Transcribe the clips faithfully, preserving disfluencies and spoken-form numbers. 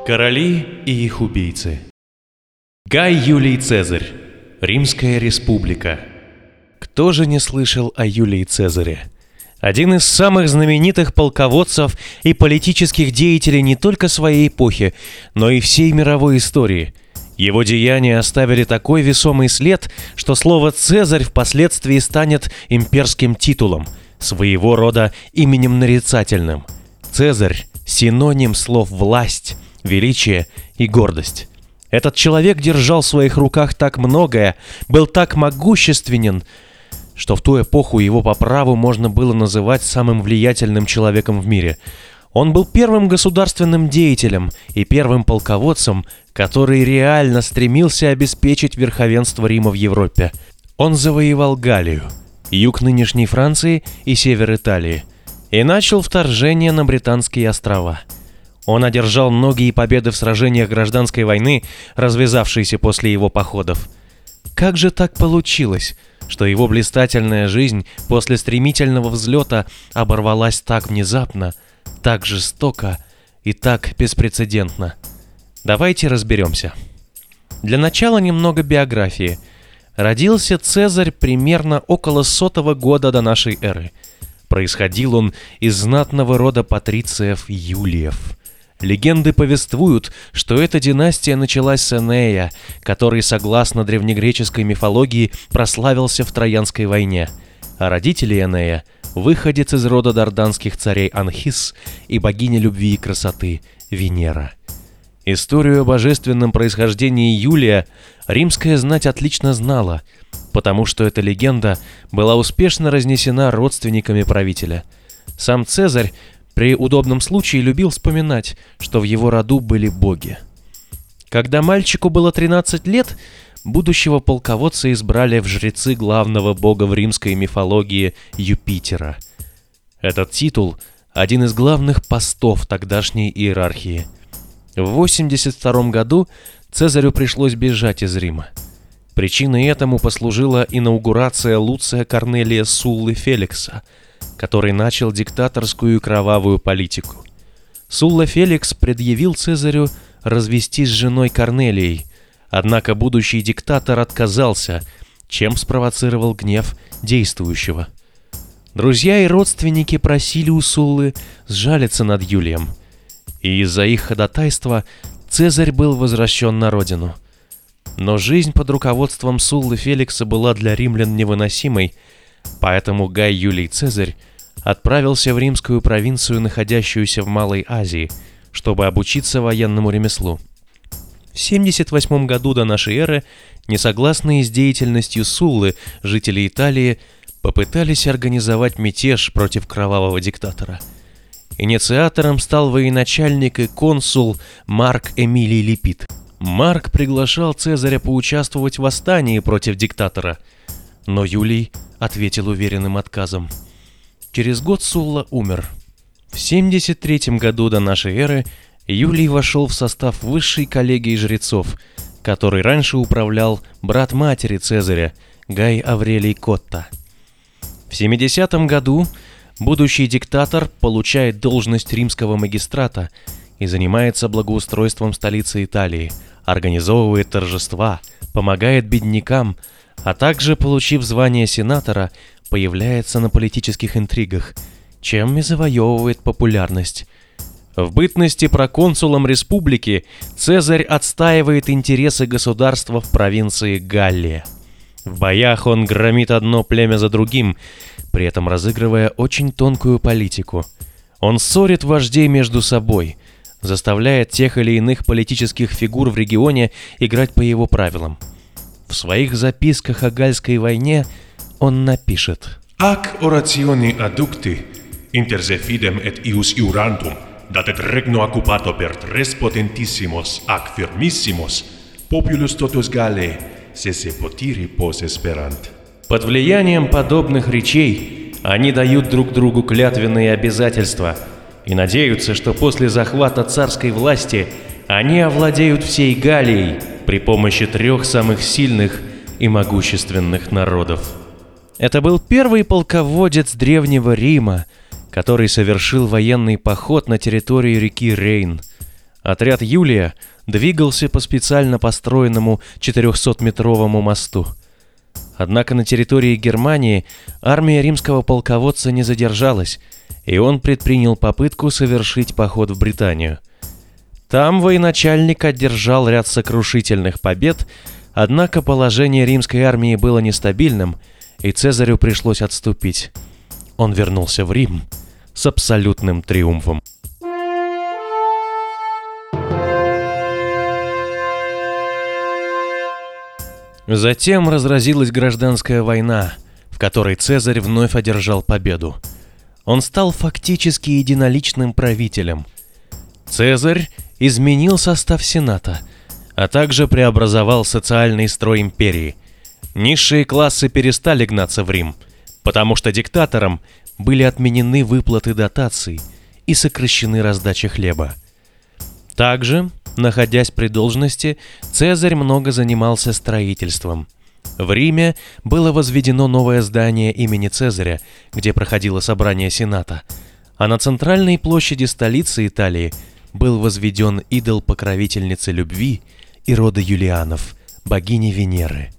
Короли и их убийцы. Гай Юлий Цезарь. Римская республика. Кто же не слышал о Юлии Цезаре? Один из самых знаменитых полководцев и политических деятелей не только своей эпохи, но и всей мировой истории. Его деяния оставили такой весомый след, что слово «Цезарь» впоследствии станет имперским титулом, своего рода именем нарицательным. Цезарь – синоним слов «власть», «величие» и «гордость». Этот человек держал в своих руках так многое, был так могущественен, что в ту эпоху его по праву можно было называть самым влиятельным человеком в мире. Он был первым государственным деятелем и первым полководцем, который реально стремился обеспечить верховенство Рима в Европе. Он завоевал Галлию, юг нынешней Франции и север Италии, и начал вторжение на Британские острова. Он одержал многие победы в сражениях гражданской войны, развязавшейся после его походов. Как же так получилось, что его блистательная жизнь после стремительного взлета оборвалась так внезапно, так жестоко и так беспрецедентно? Давайте разберемся. Для начала немного биографии. Родился Цезарь примерно около сотого года до нашей эры. Происходил он из знатного рода патрициев Юлиев. Легенды повествуют, что эта династия началась с Энея, который, согласно древнегреческой мифологии, прославился в Троянской войне, а родители Энея – выходец из рода дарданских царей Анхис и богиня любви и красоты Венера. Историю о божественном происхождении Юлия римская знать отлично знала, потому что эта легенда была успешно разнесена родственниками правителя. Сам Цезарь при удобном случае любил вспоминать, что в его роду были боги. Когда мальчику было тринадцать лет, будущего полководца избрали в жрецы главного бога в римской мифологии Юпитера. Этот титул – один из главных постов тогдашней иерархии. В восемьдесят втором году Цезарю пришлось бежать из Рима. Причиной этому послужила инаугурация Луция Корнелия Суллы Феликса, который начал диктаторскую и кровавую политику. Сулла Феликс предъявил Цезарю развестись с женой Корнелией, однако будущий диктатор отказался, чем спровоцировал гнев действующего. Друзья и родственники просили у Суллы сжалиться над Юлием, и из-за их ходатайства Цезарь был возвращен на родину. Но жизнь под руководством Суллы Феликса была для римлян невыносимой, поэтому Гай Юлий Цезарь отправился в римскую провинцию, находящуюся в Малой Азии, чтобы обучиться военному ремеслу. В семьдесят восьмом году до нашей эры, несогласные с деятельностью Суллы, жители Италии попытались организовать мятеж против кровавого диктатора. Инициатором стал военачальник и консул Марк Эмилий Липид. Марк приглашал Цезаря поучаствовать в восстании против диктатора, но Юлий ответил уверенным отказом. Через год Сулла умер. В семьдесят третьем году до нашей эры Юлий вошел в состав высшей коллегии жрецов, которой раньше управлял брат матери Цезаря, Гай Аврелий Котта. В семидесятом году будущий диктатор получает должность римского магистрата и занимается благоустройством столицы Италии, организовывает торжества, помогает беднякам, а также, получив звание сенатора, появляется на политических интригах, чем и завоевывает популярность. В бытности проконсулом республики Цезарь отстаивает интересы государства в провинции Галлия. В боях он громит одно племя за другим, при этом разыгрывая очень тонкую политику. Он ссорит вождей между собой, заставляет тех или иных политических фигур в регионе играть по его правилам. В своих записках о Гальской войне он напишет: «Ac orationi adducti, inter se fidem et ius iurantum, datet regno occupato per tres potentissimos ac firmissimos, populus totus Gallae, se se potiri pos esperant». Под влиянием подобных речей они дают друг другу клятвенные обязательства и надеются, что после захвата царской власти они овладеют всей Галлией при помощи трех самых сильных и могущественных народов. Это был первый полководец Древнего Рима, который совершил военный поход на территорию реки Рейн. Отряд Юлия двигался по специально построенному четырехсотметровому мосту. Однако на территории Германии армия римского полководца не задержалась, и он предпринял попытку совершить поход в Британию. Там военачальник одержал ряд сокрушительных побед, однако положение римской армии было нестабильным, и Цезарю пришлось отступить. Он вернулся в Рим с абсолютным триумфом. Затем разразилась гражданская война, в которой Цезарь вновь одержал победу. Он стал фактически единоличным правителем. Цезарь изменил состав Сената, а также преобразовал социальный строй империи. Низшие классы перестали гнаться в Рим, потому что диктаторам были отменены выплаты дотаций и сокращены раздачи хлеба. Также, находясь при должности, Цезарь много занимался строительством. В Риме было возведено новое здание имени Цезаря, где проходило собрание Сената, а на центральной площади столицы Италии был возведен идол покровительницы любви и рода Юлианов, богини Венеры.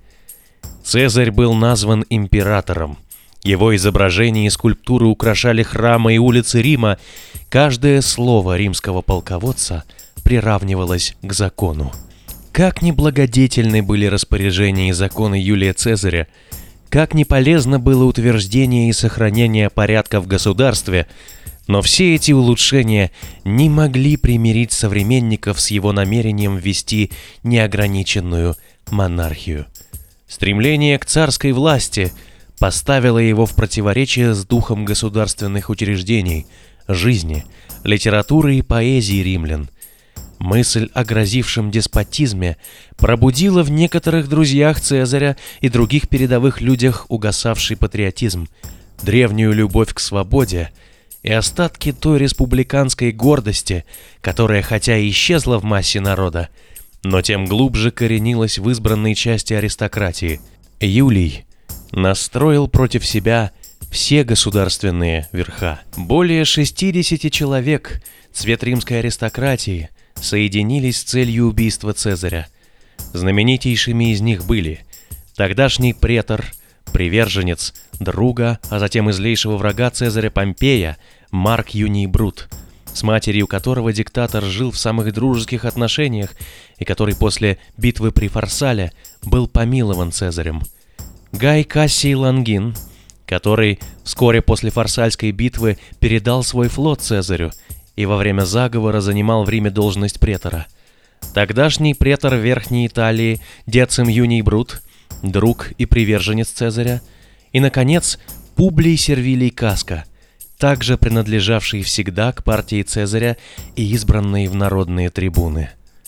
Цезарь был назван императором. Его изображения и скульптуры украшали храмы и улицы Рима. Каждое слово римского полководца приравнивалось к закону. Как неблагодетельны были распоряжения и законы Юлия Цезаря, как не полезно было утверждение и сохранение порядка в государстве, но все эти улучшения не могли примирить современников с его намерением ввести неограниченную монархию. Стремление к царской власти поставило его в противоречие с духом государственных учреждений, жизни, литературы и поэзии римлян. Мысль о грозившем деспотизме пробудила в некоторых друзьях Цезаря и других передовых людях угасавший патриотизм, древнюю любовь к свободе и остатки той республиканской гордости, которая хотя и исчезла в массе народа, но тем глубже коренилась в избранной части аристократии. Юлий настроил против себя все государственные верха. Более шестидесяти человек, цвет римской аристократии, соединились с целью убийства Цезаря. Знаменитейшими из них были тогдашний претор, приверженец, друга, а затем и злейшего врага Цезаря Помпея, Марк Юний Брут, с матерью которого диктатор жил в самых дружеских отношениях и который после битвы при Фарсале был помилован Цезарем. Гай Кассий Лонгин, который вскоре после Фарсальской битвы передал свой флот Цезарю и во время заговора занимал в Риме должность претора. Тогдашний претор Верхней Италии Децим Юний Брут, друг и приверженец Цезаря. И, наконец, Публий Сервилий Каска, также принадлежавший всегда к партии Цезаря и избранный в народные трибуны.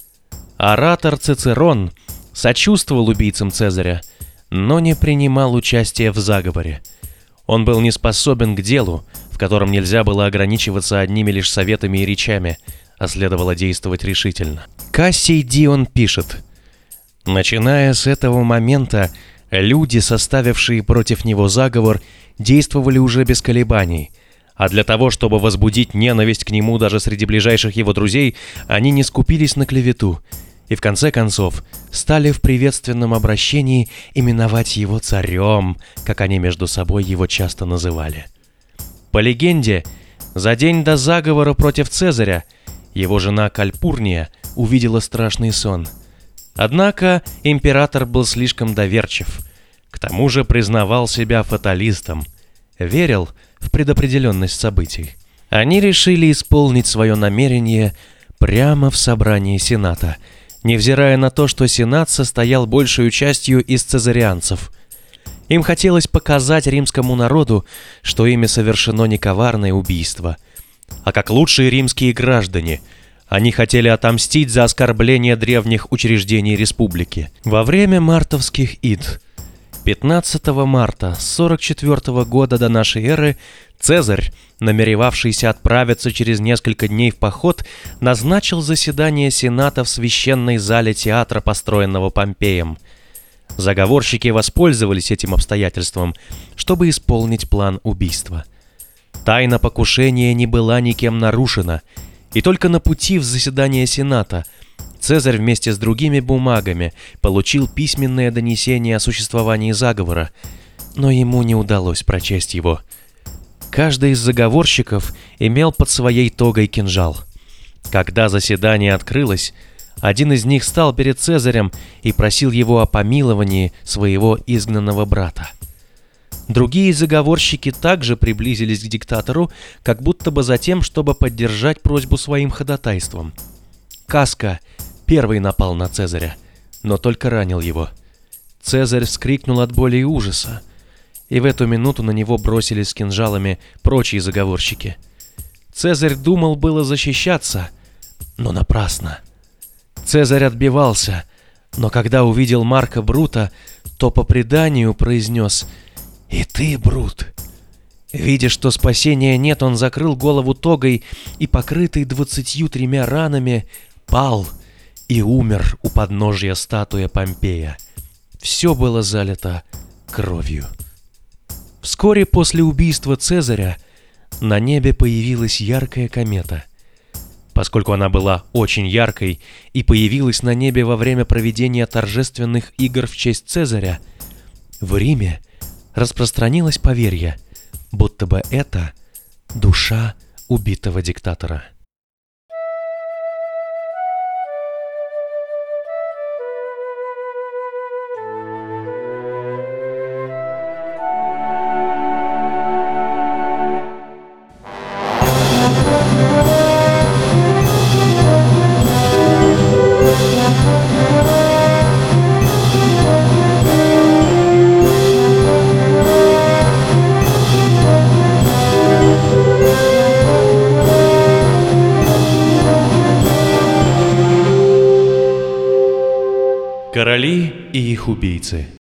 Оратор Цицерон сочувствовал убийцам Цезаря, но не принимал участия в заговоре. Он был не способен к делу, в котором нельзя было ограничиваться одними лишь советами и речами, а следовало действовать решительно. Кассий Дион пишет: «Начиная с этого момента, люди, составившие против него заговор, действовали уже без колебаний, а для того, чтобы возбудить ненависть к нему даже среди ближайших его друзей, они не скупились на клевету и в конце концов стали в приветственном обращении именовать его царем, как они между собой его часто называли. По легенде, за день до заговора против Цезаря его жена Кальпурния увидела страшный сон. Однако император был слишком доверчив, к тому же признавал себя фаталистом, верил в предопределенность событий. Они решили исполнить свое намерение прямо в собрании Сената, невзирая на то, что Сенат состоял большей частью из цезарианцев. Им хотелось показать римскому народу, что ими совершено не коварное убийство, а как лучшие римские граждане. Они хотели отомстить за оскорбление древних учреждений республики. Во время мартовских ид, пятнадцатого марта сорок четвёртого года до нашей эры, Цезарь, намеревавшийся отправиться через несколько дней в поход, назначил заседание Сената в священной зале театра, построенного Помпеем. Заговорщики воспользовались этим обстоятельством, чтобы исполнить план убийства. Тайна покушения не была никем нарушена, И только на пути в заседание Сената Цезарь вместе с другими бумагами получил письменное донесение о существовании заговора, но ему не удалось прочесть его. Каждый из заговорщиков имел под своей тогой кинжал. Когда заседание открылось, один из них стал перед Цезарем и просил его о помиловании своего изгнанного брата. Другие заговорщики также приблизились к диктатору, как будто бы за тем, чтобы поддержать просьбу своим ходатайством. Каска первый напал на Цезаря, но только ранил его. Цезарь вскрикнул от боли и ужаса, и в эту минуту на него бросились с кинжалами прочие заговорщики. Цезарь думал было защищаться, но напрасно. Цезарь отбивался, но когда увидел Марка Брута, то по преданию произнес: «И ты, Брут!» Видя, что спасения нет, он закрыл голову тогой и, покрытый двадцатью тремя ранами, пал и умер у подножия статуи Помпея. Все было залито кровью. Вскоре после убийства Цезаря на небе появилась яркая комета. Поскольку она была очень яркой и появилась на небе во время проведения торжественных игр в честь Цезаря, в Риме распространилось поверье, будто бы это душа убитого диктатора. Короли и их убийцы.